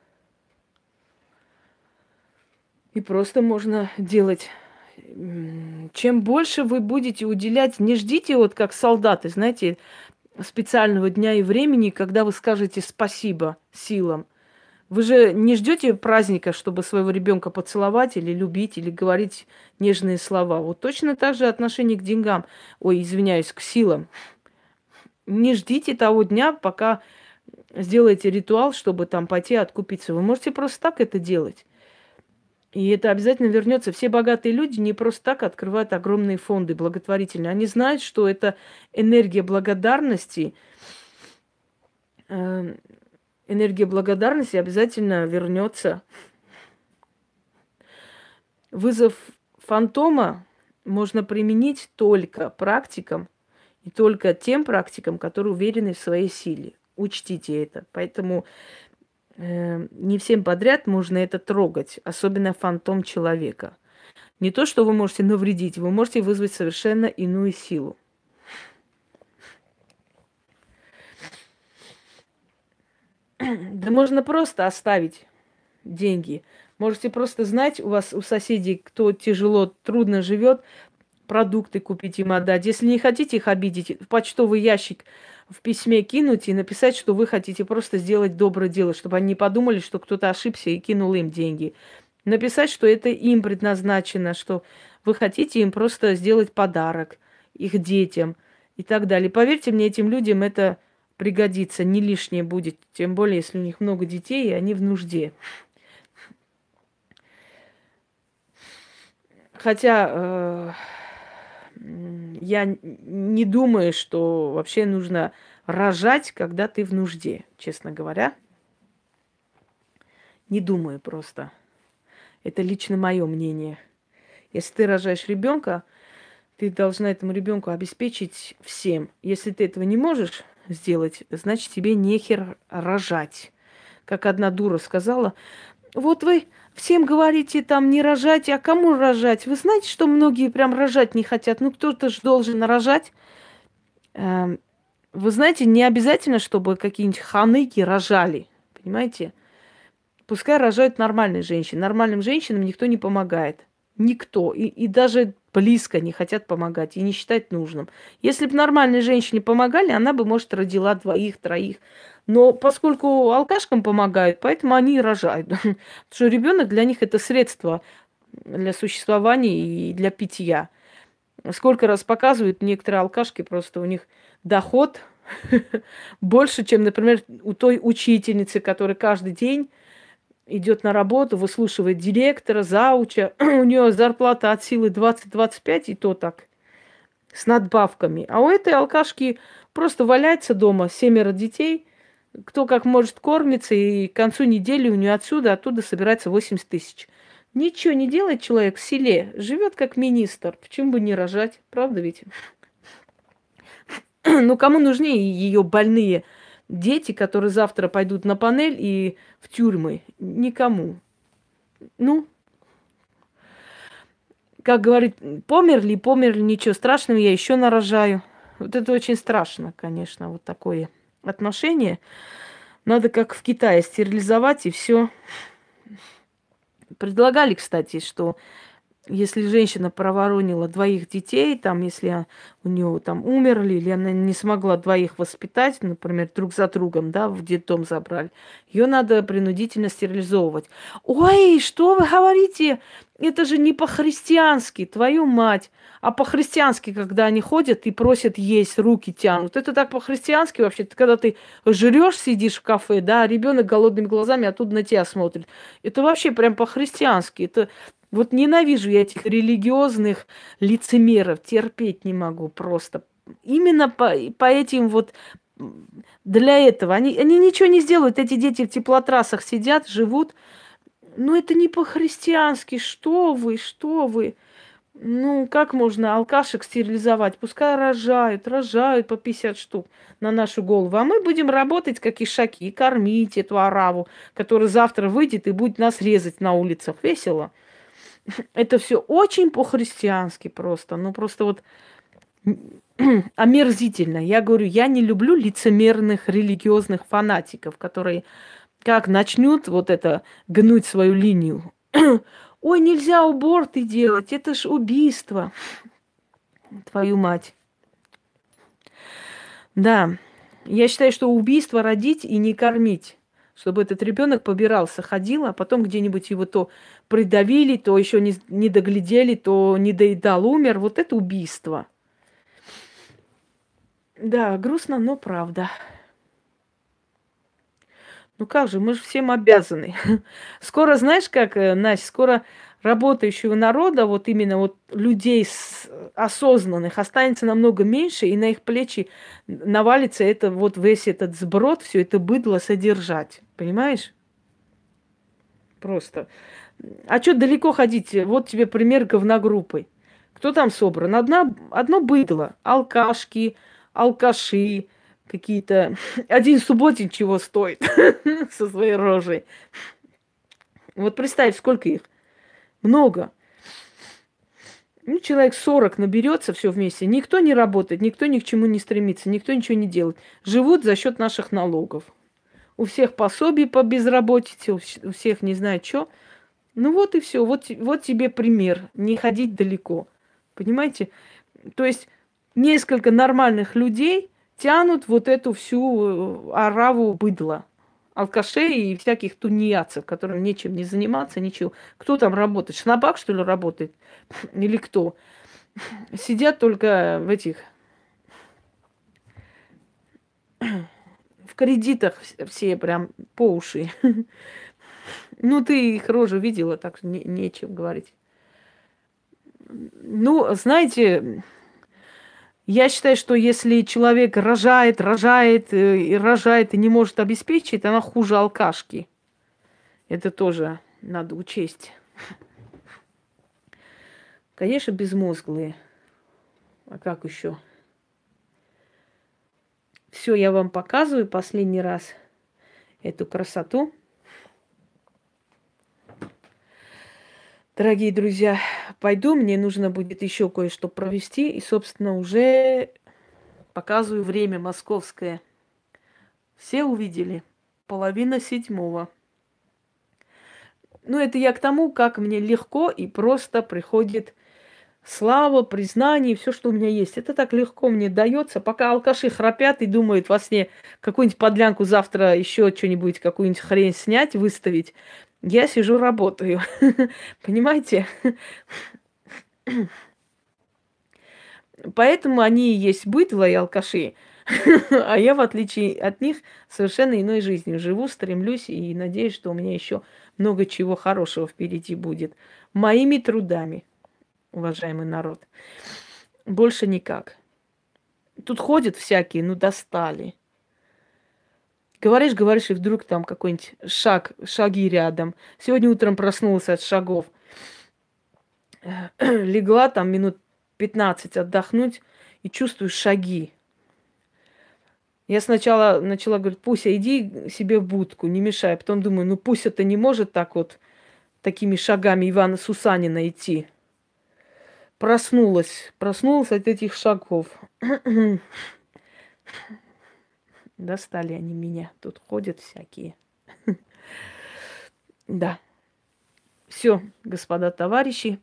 Speaker 1: И просто можно делать. Чем больше вы будете уделять, не ждите вот как солдаты, знаете, специального дня и времени, когда вы скажете спасибо силам. Вы же не ждете праздника, чтобы своего ребенка поцеловать или любить, или говорить нежные слова. Вот точно так же отношение к деньгам. Ой, извиняюсь, к силам. Не ждите того дня, пока сделаете ритуал, чтобы там пойти откупиться. Вы можете просто так это делать. И это обязательно вернется. Все богатые люди не просто так открывают огромные фонды благотворительные. Они знают, что это энергия благодарности. Энергия благодарности обязательно вернется. Вызов фантома можно применить только практикам и только тем практикам, которые уверены в своей силе. Учтите это. Поэтому не всем подряд можно это трогать, особенно фантом человека. Не то, что вы можете навредить, вы можете вызвать совершенно иную силу. Да можно просто оставить деньги. Можете просто знать, у вас, у соседей, кто тяжело, трудно живет, продукты купить им отдать. Если не хотите их обидеть, в почтовый ящик в письме кинуть и написать, что вы хотите просто сделать доброе дело, чтобы они не подумали, что кто-то ошибся и кинул им деньги. Написать, что это им предназначено, что вы хотите им просто сделать подарок, их детям и так далее. Поверьте мне, этим людям это пригодится, не лишнее будет, тем более, если у них много детей, и они в нужде. Хотя я не думаю, что вообще нужно рожать, когда ты в нужде, честно говоря. Не думаю просто. Это лично мое мнение. Если ты рожаешь ребенка, ты должна этому ребенку обеспечить всем. Если ты этого не можешь сделать, значит, тебе нехер рожать. Как одна дура сказала, вот вы всем говорите там не рожать, а кому рожать? Вы знаете, что многие прям рожать не хотят? Ну, кто-то же должен рожать. Вы знаете, не обязательно, чтобы какие-нибудь ханыги рожали. Понимаете? Пускай рожают нормальные женщины. Нормальным женщинам никто не помогает. Никто. И даже близко не хотят помогать и не считают нужным. Если бы нормальной женщине помогали, она бы, может, родила двоих, троих. Но поскольку алкашкам помогают, поэтому они и рожают. Потому что ребенок для них это средство для существования и для питья. Сколько раз показывают некоторые алкашки, просто у них доход больше, чем, например, у той учительницы, которая каждый день идет на работу, выслушивает директора, зауча. У нее зарплата от силы 20-25, и то так, с надбавками. А у этой алкашки просто валяется дома, 7 детей, кто как может кормится, и к концу недели у нее оттуда собирается 80 тысяч. Ничего не делает человек в селе, живет как министр. Почему бы не рожать? Правда ведь? Ну, кому нужнее ее больные дети, которые завтра пойдут на панель и в тюрьмы? Никому. Ну, как говорит, померли, ничего страшного, я еще нарожаю. Вот это очень страшно, конечно, вот такое отношение. Надо, как в Китае, стерилизовать и все. Предлагали, кстати, что если женщина проворонила двоих детей, там, если у нее там умерли, или она не смогла двоих воспитать, например, друг за другом, да, в детдом забрали, ее надо принудительно стерилизовывать. Ой, что вы говорите? Это же не по-христиански, твою мать. А по-христиански, когда они ходят и просят есть, руки тянут. Это так по-христиански вообще. Когда ты жрешь, сидишь в кафе, да, а ребенок голодными глазами оттуда на тебя смотрит. Это вообще прям по-христиански. Это вот ненавижу я этих религиозных лицемеров, терпеть не могу просто. Именно по этим вот, для этого. Они ничего не сделают, эти дети в теплотрассах сидят, живут. Ну, это не по-христиански, что вы, что вы. Ну, как можно алкашек стерилизовать? Пускай рожают по 50 штук на нашу голову. А мы будем работать, как ишаки, и кормить эту ораву, которая завтра выйдет и будет нас резать на улицах. Весело. Это все очень по-христиански просто. Ну, просто вот омерзительно. Я говорю, я не люблю лицемерных религиозных фанатиков, которые как начнут вот это гнуть свою линию. Ой, нельзя аборты делать, это ж убийство. Твою мать. Да, я считаю, что убийство родить и не кормить. Чтобы этот ребенок побирался, ходил, а потом где-нибудь его то придавили, то еще не доглядели, то не доедал, умер. Вот это убийство. Да, грустно, но правда. Ну как же, мы же всем обязаны. Скоро, знаешь как, Настя, скоро работающего народа, вот именно вот людей осознанных останется намного меньше, и на их плечи навалится это вот весь этот сброд, все это быдло содержать. Понимаешь? Просто. А что далеко ходить? Вот тебе пример говногруппы. Кто там собран? Одно быдло. Алкашки, алкаши какие-то. Один субботин чего стоит со своей рожей. Вот представь, сколько их. Много. Ну, человек 40 наберется все вместе. Никто не работает, никто ни к чему не стремится, никто ничего не делает. Живут за счет наших налогов. У всех пособий по безработице, у всех не знаю что. Ну вот и все. Вот тебе пример. Не ходить далеко. Понимаете? То есть несколько нормальных людей тянут вот эту всю ораву быдла. Алкашей и всяких тунеядцев, которым нечем не заниматься, ничего. Кто там работает? Шнабак, что ли, работает? Или кто? Сидят только в этих... В кредитах все прям по уши. Ну, ты их рожу видела, так что нечем говорить. Ну, знаете, я считаю, что если человек рожает и не может обеспечить, она хуже алкашки. Это тоже надо учесть. Конечно, безмозглые. А как еще? Все, я вам показываю последний раз эту красоту. Дорогие друзья, пойду, мне нужно будет еще кое-что провести. И, собственно, уже показываю время московское. Все увидели? 6:30. Ну, это я к тому, как мне легко и просто приходит
Speaker 2: слава, признание, все, что у меня есть. Это так легко мне дается, пока алкаши храпят и думают во сне какую-нибудь подлянку завтра еще что-нибудь, какую-нибудь хрень снять, выставить. Я сижу, работаю. Понимаете? Поэтому они и есть быдло и алкаши. А я, в отличие от них, совершенно иной жизнью живу, стремлюсь и надеюсь, что у меня еще много чего хорошего впереди будет. Моими трудами, уважаемый народ. Больше никак. Тут ходят всякие, ну достали. Говоришь, и вдруг там какой-нибудь шаги рядом. Сегодня утром проснулась от шагов. Легла там минут 15 отдохнуть и чувствую шаги. Я сначала начала говорить: Пуся, иди себе в будку, не мешай. Потом думаю, ну Пуся-то не может так вот такими шагами Ивана Сусанина идти. Проснулась от этих шагов. Достали они меня. Тут ходят всякие. Да. Все, господа товарищи.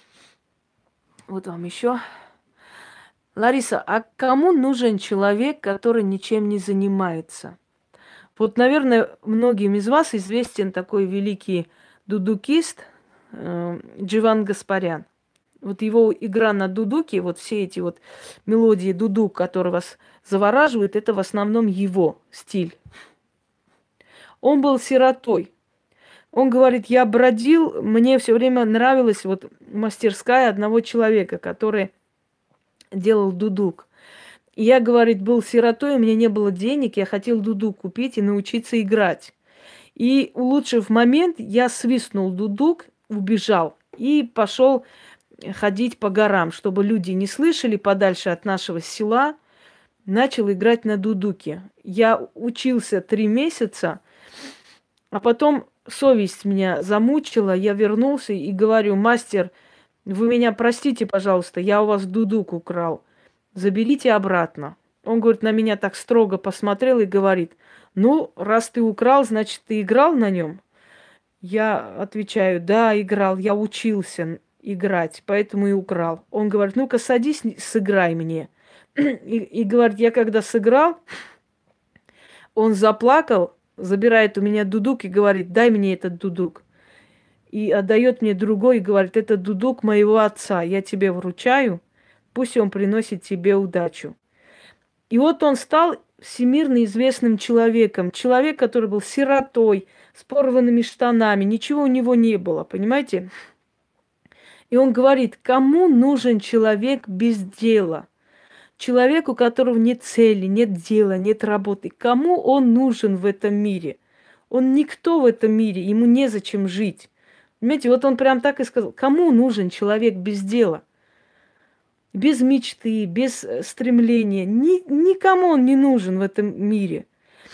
Speaker 2: Вот вам еще. Лариса, а кому нужен человек, который ничем не занимается? Вот, наверное, многим из вас известен такой великий дудукист Дживан Гаспарян. Вот его игра на дудуке, вот все эти вот мелодии дудук, которые вас завораживают, это в основном его стиль. Он был сиротой. Он говорит, я бродил, мне все время нравилась вот мастерская одного человека, который делал дудук. И я, говорит, был сиротой, у меня не было денег, я хотел дудук купить и научиться играть. И, улучшив момент, я свистнул дудук, убежал и пошел ходить по горам, чтобы люди не слышали подальше от нашего села, начал играть на дудуке. Я учился 3 месяца, а потом совесть меня замучила, я вернулся и говорю: мастер, вы меня простите, пожалуйста, я у вас дудук украл, заберите обратно. Он, говорит, на меня так строго посмотрел и говорит: ну, раз ты украл, значит, ты играл на нем? Я отвечаю: да, играл, я учился играть, поэтому и украл. Он говорит: ну-ка садись, сыграй мне. И говорит, я когда сыграл, он заплакал, забирает у меня дудук и говорит: дай мне этот дудук. И отдает мне другой и говорит: это дудук моего отца, я тебе вручаю, пусть он приносит тебе удачу. И вот он стал всемирно известным человеком. Человек, который был сиротой, с порванными штанами, ничего у него не было, понимаете? И он говорит, кому нужен человек без дела? Человек, у которого нет цели, нет дела, нет работы. Кому он нужен в этом мире? Он никто в этом мире, ему незачем жить. Понимаете, вот он прям так и сказал, кому нужен человек без дела? Без мечты, без стремления. Никому он не нужен в этом мире.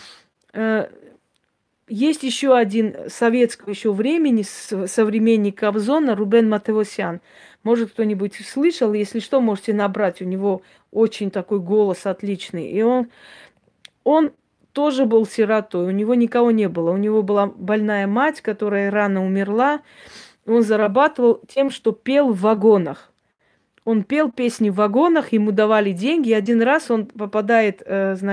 Speaker 2: Есть еще один советского еще времени современник Кобзона, Рубен Матевосян. Может, кто-нибудь слышал? Если что, можете набрать. У него очень такой голос отличный. И он тоже был сиротой. У него никого не было. У него была больная мать, которая рано умерла. Он зарабатывал тем, что пел в вагонах. Он пел песни в вагонах, ему давали деньги. И один раз он попадает,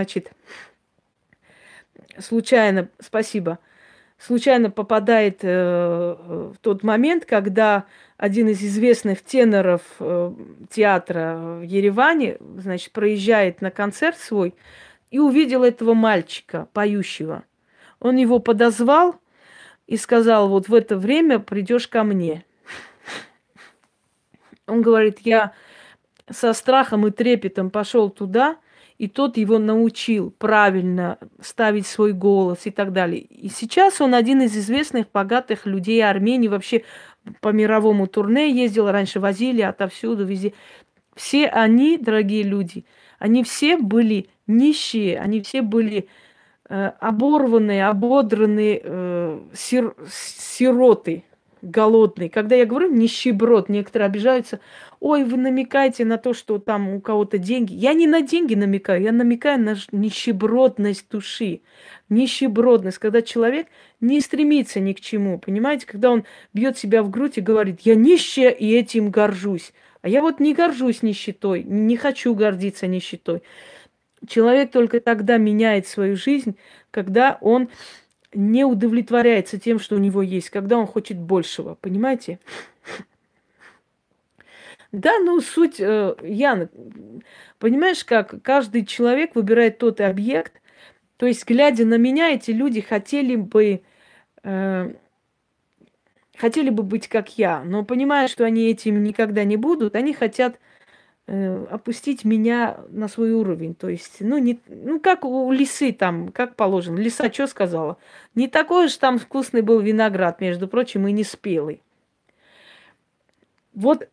Speaker 2: случайно, случайно попадает в тот момент, когда один из известных теноров театра в Ереване, значит, проезжает на концерт свой и увидел этого мальчика, поющего. Он его подозвал и сказал: вот в это время придешь ко мне. Он говорит, я со страхом и трепетом пошел туда, и тот его научил правильно ставить свой голос и так далее. И сейчас он один из известных богатых людей Армении, вообще по мировому турне ездил, раньше возили отовсюду, везде. Все они, дорогие люди, они все были нищие, они все были оборванные, ободранные, сироты, голодные. Когда я говорю нищеброд, некоторые обижаются. Ой, вы намекаете на то, что там у кого-то деньги. Я не на деньги намекаю, я намекаю на нищебродность души. Нищебродность, когда человек не стремится ни к чему, понимаете? Когда он бьет себя в грудь и говорит, я нищая и этим горжусь. А я вот не горжусь нищетой, не хочу гордиться нищетой. Человек только тогда меняет свою жизнь, когда он не удовлетворяется тем, что у него есть, когда он хочет большего, понимаете? Да, ну суть, Яна, понимаешь, как каждый человек выбирает тот объект, то есть, глядя на меня, эти люди э, хотели бы быть как я, но понимая, что они этим никогда не будут, они хотят опустить меня на свой уровень. То есть, ну, не, ну, как у лисы там, как положено. Лиса что сказала? Не такой уж там вкусный был виноград, между прочим, и не спелый. Вот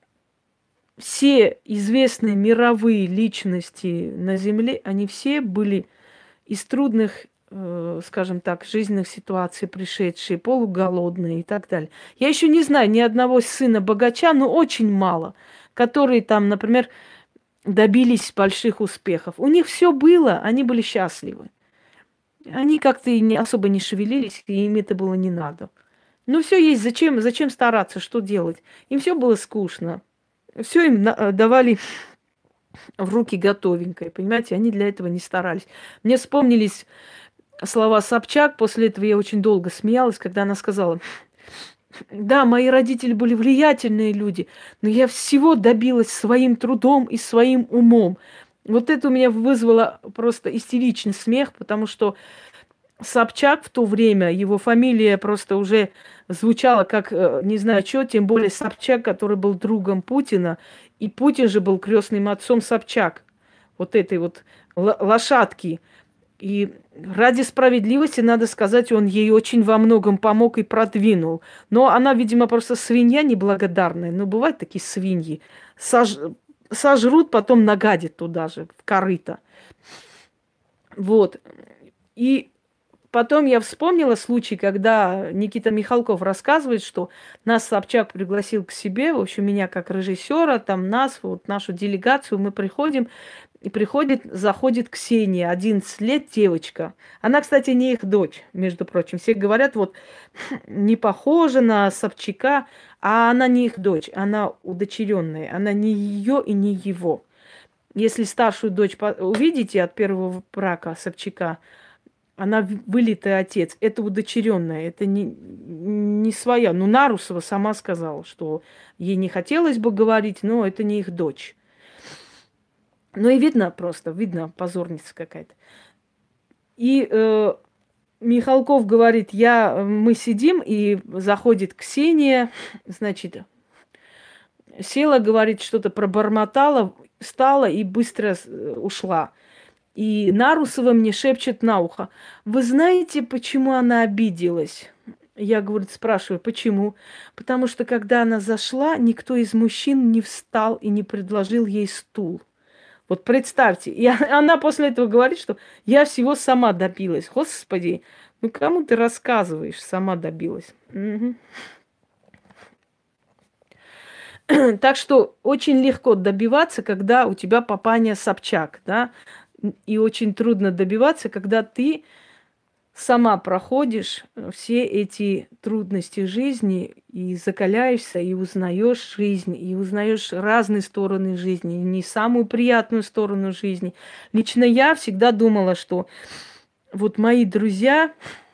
Speaker 2: все известные мировые личности на Земле, они все были из трудных, скажем так, жизненных ситуаций пришедшие, полуголодные и так далее. Я еще не знаю ни одного сына богача, но очень мало, которые там, например, добились больших успехов. У них все было, они были счастливы. Они как-то и не, особо не шевелились, и им это было не надо. Ну, все есть, зачем стараться, что делать? Им все было скучно. Все им давали в руки готовенькое, понимаете? Они для этого не старались. Мне вспомнились слова Собчак, после этого я очень долго смеялась, когда она сказала: да, мои родители были влиятельные люди, но я всего добилась своим трудом и своим умом. Вот это у меня вызвало просто истеричный смех, потому что Собчак в то время, его фамилия просто уже звучала как не знаю что, тем более Собчак, который был другом Путина, и Путин же был крестным отцом Собчак, вот этой вот лошадки. И ради справедливости, надо сказать, он ей очень во многом помог и продвинул. Но она, видимо, просто свинья неблагодарная. Ну, бывают такие свиньи. Сожрут, потом нагадят туда же, в корыто. Вот. И потом я вспомнила случай, когда Никита Михалков рассказывает, что нас Собчак пригласил к себе, в общем, меня как режиссера, там нас, вот нашу делегацию, мы приходим, и заходит Ксения, 11 лет, девочка. Она, кстати, не их дочь, между прочим. Все говорят, вот, не похожа на Собчака, а она не их дочь, она удочеренная, она не ее и не его. Если старшую дочь увидите от первого брака Собчака, она вылитый отец, это удочеренная, это не своя. Ну, Нарусова сама сказала, что ей не хотелось бы говорить, но это не их дочь. Ну и видно просто, видно позорница какая-то. И Михалков говорит, мы сидим, и заходит Ксения, значит, села, говорит, что-то пробормотала, встала и быстро ушла. И Нарусова мне шепчет на ухо: вы знаете, почему она обиделась? Я, говорит, спрашиваю, почему? Потому что, когда она зашла, никто из мужчин не встал и не предложил ей стул. Вот представьте, и она после этого говорит, что я всего сама добилась. Господи, ну кому ты рассказываешь, сама добилась? Угу. Так что очень легко добиваться, когда у тебя папаня Собчак, да, и очень трудно добиваться, когда ты сама проходишь все эти трудности жизни и закаляешься, и узнаешь жизнь, и узнаешь разные стороны жизни, не самую приятную сторону жизни. Лично я всегда думала, что вот мои друзья,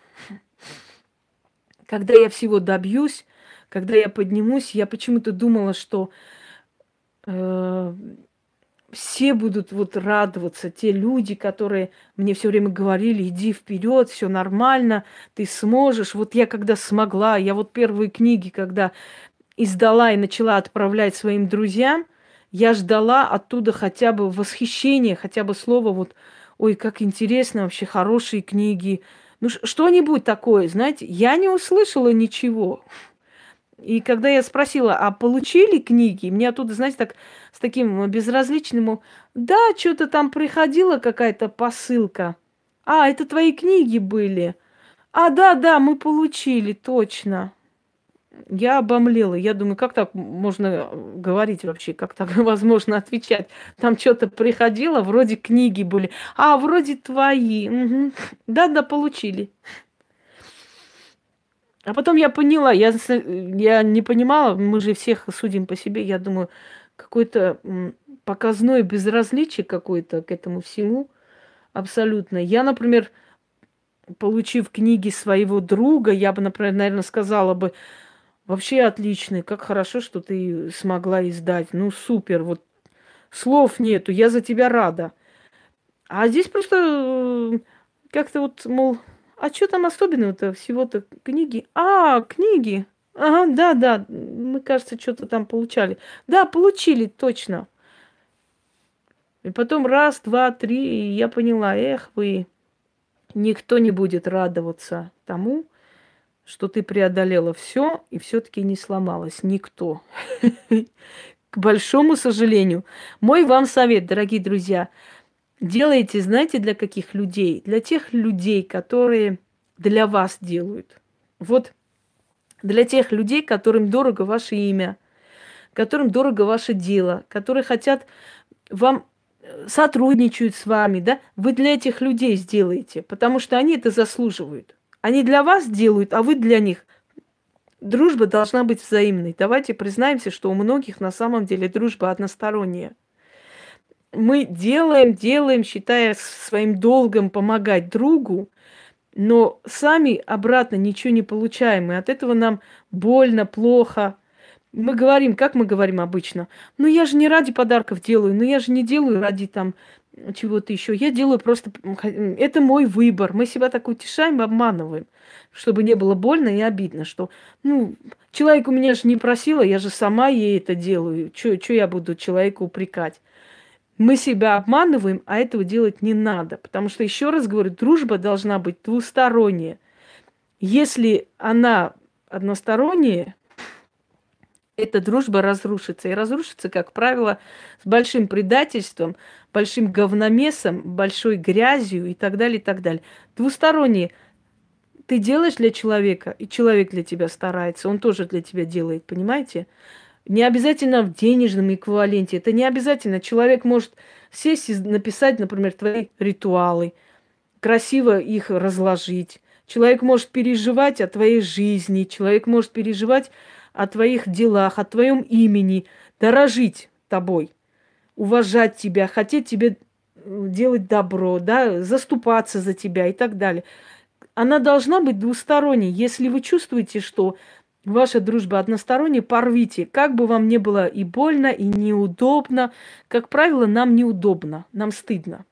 Speaker 2: когда я всего добьюсь, когда я поднимусь, я почему-то думала, что все будут вот радоваться, те люди, которые мне все время говорили: иди вперед, все нормально, ты сможешь. Вот я когда смогла, я вот первые книги, когда издала и начала отправлять своим друзьям, я ждала оттуда хотя бы восхищения, хотя бы слова вот: ой, как интересно, вообще хорошие книги. Ну, что-нибудь такое, знаете, я не услышала ничего. И когда я спросила, а получили книги, мне оттуда, знаете, так с таким безразличным: да, что-то там приходила какая-то посылка. А, это твои книги были. А, да, мы получили, точно. Я обомлела. Я думаю, как так можно говорить вообще, как так возможно отвечать? Там что-то приходило, вроде книги были. А, вроде твои. Угу. Да, получили. А потом я поняла, я не понимала, мы же всех судим по себе. Я думаю, какое-то показное безразличие какое-то к этому всему. Абсолютно. Я, например, получив книги своего друга, я бы, например, наверное, сказала бы, вообще отличный, как хорошо, что ты смогла издать. Ну, супер, вот слов нету, я за тебя рада. А здесь просто как-то вот, мол, а что там особенного-то? Всего-то книги. А, книги. Ага, да, мы, кажется, что-то там получали. Да, получили, точно. И потом раз, два, три, и я поняла, эх вы, никто не будет радоваться тому, что ты преодолела все и все-таки не сломалась. Никто. К большому сожалению. Мой вам совет, дорогие друзья, делайте, знаете, для каких людей? Для тех людей, которые для вас делают. Вот для тех людей, которым дорого ваше имя, которым дорого ваше дело, которые хотят вам сотрудничают с вами, да, вы для этих людей сделаете, потому что они это заслуживают. Они для вас делают, а вы для них. Дружба должна быть взаимной. Давайте признаемся, что у многих на самом деле дружба односторонняя. Мы делаем, считая своим долгом помогать другу, но сами обратно ничего не получаем. И от этого нам больно, плохо. Мы говорим, как мы говорим обычно, ну я же не ради подарков делаю, ну я же не делаю ради там чего-то еще. Я делаю просто, это мой выбор. Мы себя так утешаем, обманываем, чтобы не было больно и обидно, что, ну, человек у меня же не просила, я же сама ей это делаю. Чё я буду человека упрекать? Мы себя обманываем, а этого делать не надо. Потому что, еще раз говорю, дружба должна быть двусторонняя. Если она односторонняя, эта дружба разрушится. И разрушится, как правило, с большим предательством, большим говномесом, большой грязью и так далее, и так далее. Двусторонние. Ты делаешь для человека, и человек для тебя старается, он тоже для тебя делает, понимаете? Не обязательно в денежном эквиваленте. Это не обязательно. Человек может сесть и написать, например, твои ритуалы, красиво их разложить. Человек может переживать о твоей жизни, человек может переживать о твоих делах, о твоем имени, дорожить тобой, уважать тебя, хотеть тебе делать добро, да, заступаться за тебя и так далее. Она должна быть двусторонней. Если вы чувствуете, что ваша дружба односторонняя, порвите. Как бы вам ни было и больно, и неудобно. Как правило, нам неудобно, нам стыдно.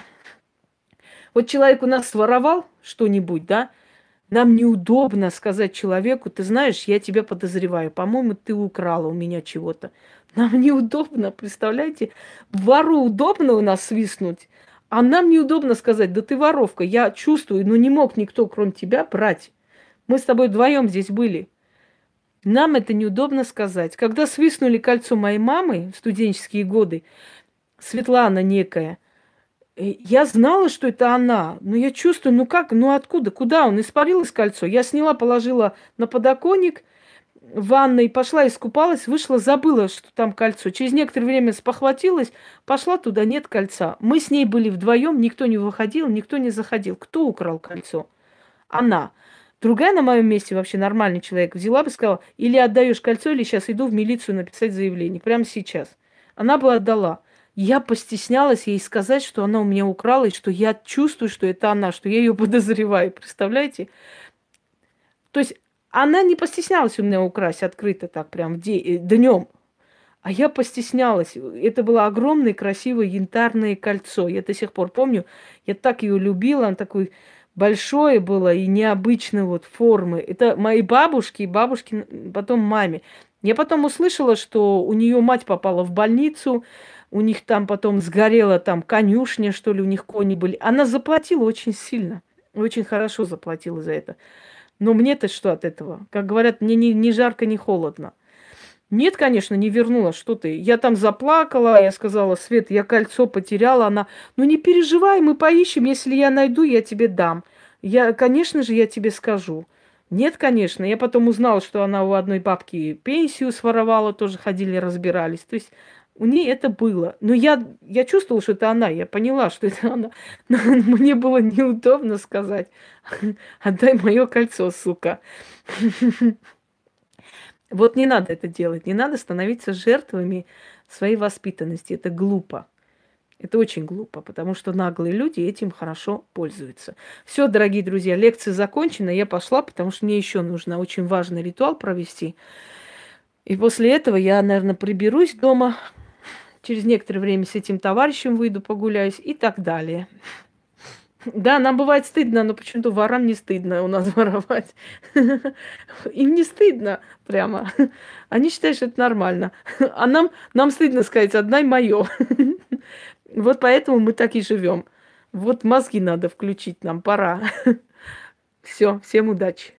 Speaker 2: Вот человек у нас своровал что-нибудь, да, нам неудобно сказать человеку, ты знаешь, я тебя подозреваю, по-моему, ты украла у меня чего-то. Нам неудобно, представляете? Вору удобно у нас свистнуть, а нам неудобно сказать, да ты воровка, я чувствую, но не мог никто, кроме тебя, брать. Мы с тобой вдвоем здесь были. Нам это неудобно сказать. Когда свистнули кольцо моей мамы в студенческие годы, Светлана некая, я знала, что это она, но я чувствую, ну как, ну откуда, куда он, испарилось кольцо. Я сняла, положила на подоконник в ванной, пошла искупалась, вышла, забыла, что там кольцо. Через некоторое время спохватилась, пошла туда, нет кольца. Мы с ней были вдвоем, никто не выходил, никто не заходил. Кто украл кольцо? Она. Другая на моем месте, вообще нормальный человек, взяла бы и сказала, или отдаешь кольцо, или сейчас иду в милицию написать заявление. Прямо сейчас. Она бы отдала. Я постеснялась ей сказать, что она у меня украла, и что я чувствую, что это она, что я ее подозреваю. Представляете? То есть она не постеснялась у меня украсть открыто так прям днем. А я постеснялась. Это было огромное, красивое янтарное кольцо. Я до сих пор помню. Я так ее любила. Она такой большое было и необычной вот формы. Это моей бабушке и бабушке потом маме. Я потом услышала, что у нее мать попала в больницу, у них там потом сгорела там конюшня, что ли, у них кони были. Она заплатила очень сильно, очень хорошо заплатила за это. Но мне-то что от этого? Как говорят, мне ни жарко, ни холодно. Нет, конечно, не вернула, что ты. Я там заплакала, я сказала, Свет, я кольцо потеряла. Она, ну не переживай, мы поищем, если я найду, я тебе дам. Конечно же, я тебе скажу. Нет, конечно. Я потом узнала, что она у одной бабки пенсию своровала, тоже ходили, разбирались. То есть у нее это было. Но я чувствовала, что это она. Я поняла, что это она. Но мне было неудобно сказать. Отдай мое кольцо, сука. Вот не надо это делать, не надо становиться жертвами своей воспитанности. Это глупо. Это очень глупо, потому что наглые люди этим хорошо пользуются. Все, дорогие друзья, лекция закончена. Я пошла, потому что мне еще нужно очень важный ритуал провести. И после этого я, наверное, приберусь дома. Через некоторое время с этим товарищем выйду, погуляюсь и так далее. Да, нам бывает стыдно, но почему-то ворам не стыдно у нас воровать. Им не стыдно прямо. Они считают, что это нормально. А нам стыдно сказать, отдай мое. Вот поэтому мы так и живем. Вот мозги надо включить нам, пора. Все, всем удачи.